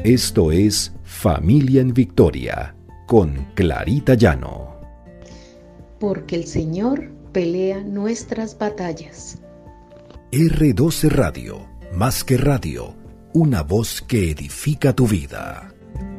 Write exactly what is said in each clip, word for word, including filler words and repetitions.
Esto es Familia en Victoria, con Clarita Llano. Porque el Señor pelea nuestras batallas. R doce Radio, más que radio, una voz que edifica tu vida.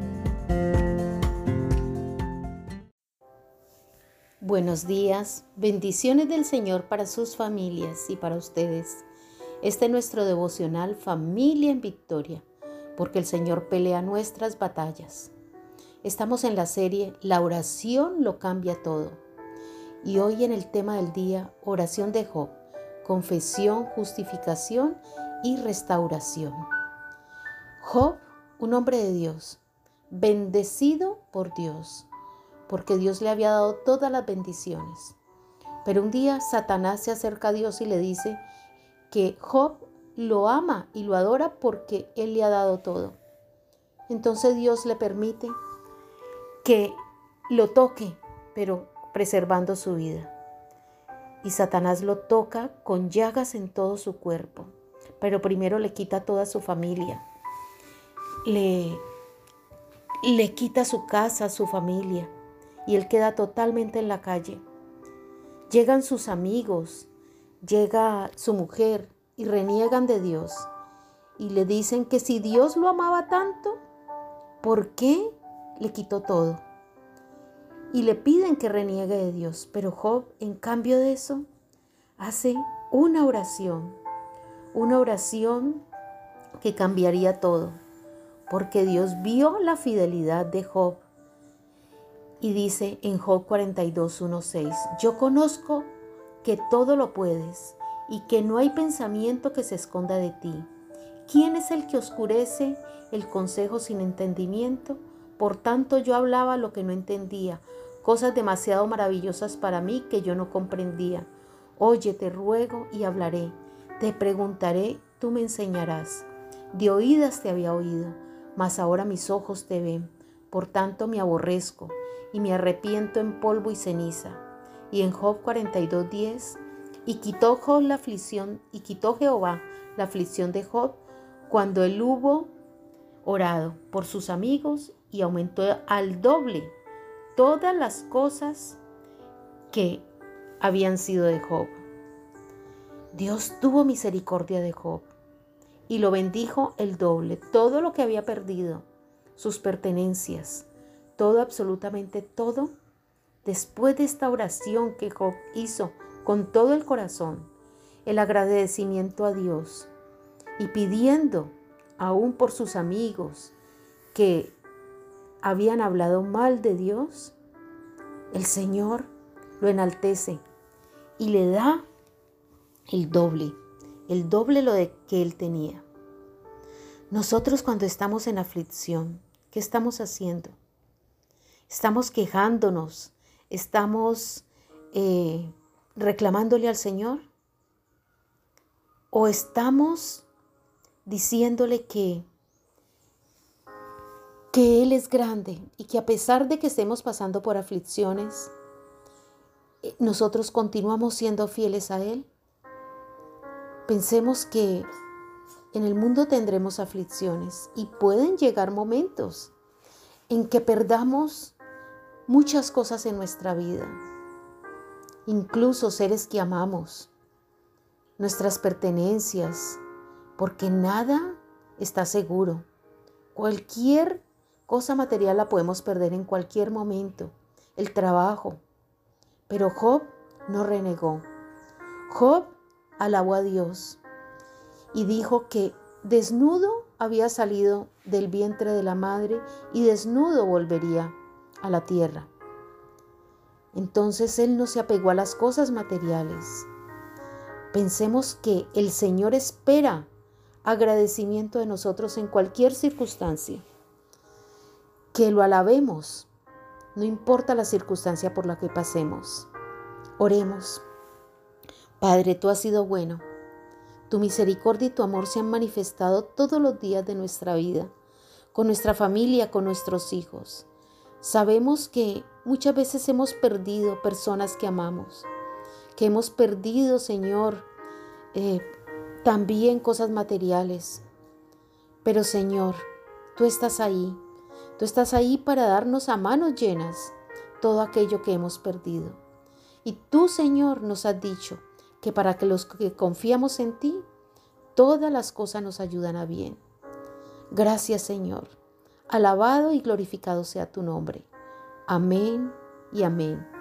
Buenos días, bendiciones del Señor para sus familias y para ustedes. Este es nuestro devocional Familia en Victoria, porque el Señor pelea nuestras batallas. Estamos en la serie La oración lo cambia todo. Y hoy en el tema del día, oración de Job, confesión, justificación y restauración. Job, un hombre de Dios, bendecido por Dios, porque Dios le había dado todas las bendiciones. Pero un día Satanás se acerca a Dios y le dice que Job lo ama y lo adora porque Él le ha dado todo. Entonces Dios le permite que lo toque, pero preservando su vida. Y Satanás lo toca con llagas en todo su cuerpo, pero primero le quita toda su familia. Le, le quita su casa, su familia, y él queda totalmente en la calle. Llegan sus amigos, llega su mujer y reniegan de Dios. Y le dicen que si Dios lo amaba tanto, ¿por qué le quitó todo? Y le piden que reniegue de Dios. Pero Job, en cambio de eso, hace una oración. Una oración que cambiaría todo. Porque Dios vio la fidelidad de Job. Y dice en Job cuarenta y dos, uno, seis, yo conozco que todo lo puedes y que no hay pensamiento que se esconda de ti. ¿Quién es el que oscurece el consejo sin entendimiento? Por tanto yo hablaba lo que no entendía, cosas demasiado maravillosas para mí que yo no comprendía. Oye, te ruego y hablaré, te preguntaré, tú me enseñarás. De oídas te había oído, mas ahora mis ojos te ven. Por tanto me aborrezco y me arrepiento en polvo y ceniza. Y en Job cuarenta y dos, diez, y quitó Job la aflicción, y quitó Jehová la aflicción de Job cuando él hubo orado por sus amigos y aumentó al doble todas las cosas que habían sido de Job. Dios tuvo misericordia de Job y lo bendijo el doble, todo lo que había perdido, sus pertenencias, todo, absolutamente todo. Después de esta oración que Job hizo con todo el corazón, el agradecimiento a Dios y pidiendo aún por sus amigos que habían hablado mal de Dios, el Señor lo enaltece y le da el doble, el doble lo de que él tenía. Nosotros cuando estamos en aflicción, ¿qué estamos haciendo? Estamos quejándonos, estamos eh, reclamándole al Señor, o estamos diciéndole que, que Él es grande y que a pesar de que estemos pasando por aflicciones, nosotros continuamos siendo fieles a Él. Pensemos que en el mundo tendremos aflicciones y pueden llegar momentos en que perdamos muchas cosas en nuestra vida, incluso seres que amamos, nuestras pertenencias, porque nada está seguro. Cualquier cosa material la podemos perder en cualquier momento, el trabajo. Pero Job no renegó. Job alabó a Dios y dijo que desnudo había salido del vientre de la madre y desnudo volvería a la tierra. Entonces él no se apegó a las cosas materiales. Pensemos que el Señor espera agradecimiento de nosotros en cualquier circunstancia. Que lo alabemos, no importa la circunstancia por la que pasemos. Oremos. Padre, tú has sido bueno. Tu misericordia y tu amor se han manifestado todos los días de nuestra vida, con nuestra familia, con nuestros hijos. Sabemos que muchas veces hemos perdido personas que amamos, que hemos perdido, Señor, eh, también cosas materiales. Pero, Señor, Tú estás ahí. Tú estás ahí para darnos a manos llenas todo aquello que hemos perdido. Y tú, Señor, nos has dicho que para que los que confiamos en ti, todas las cosas nos ayudan a bien. Gracias, Señor. Alabado y glorificado sea tu nombre. Amén y amén.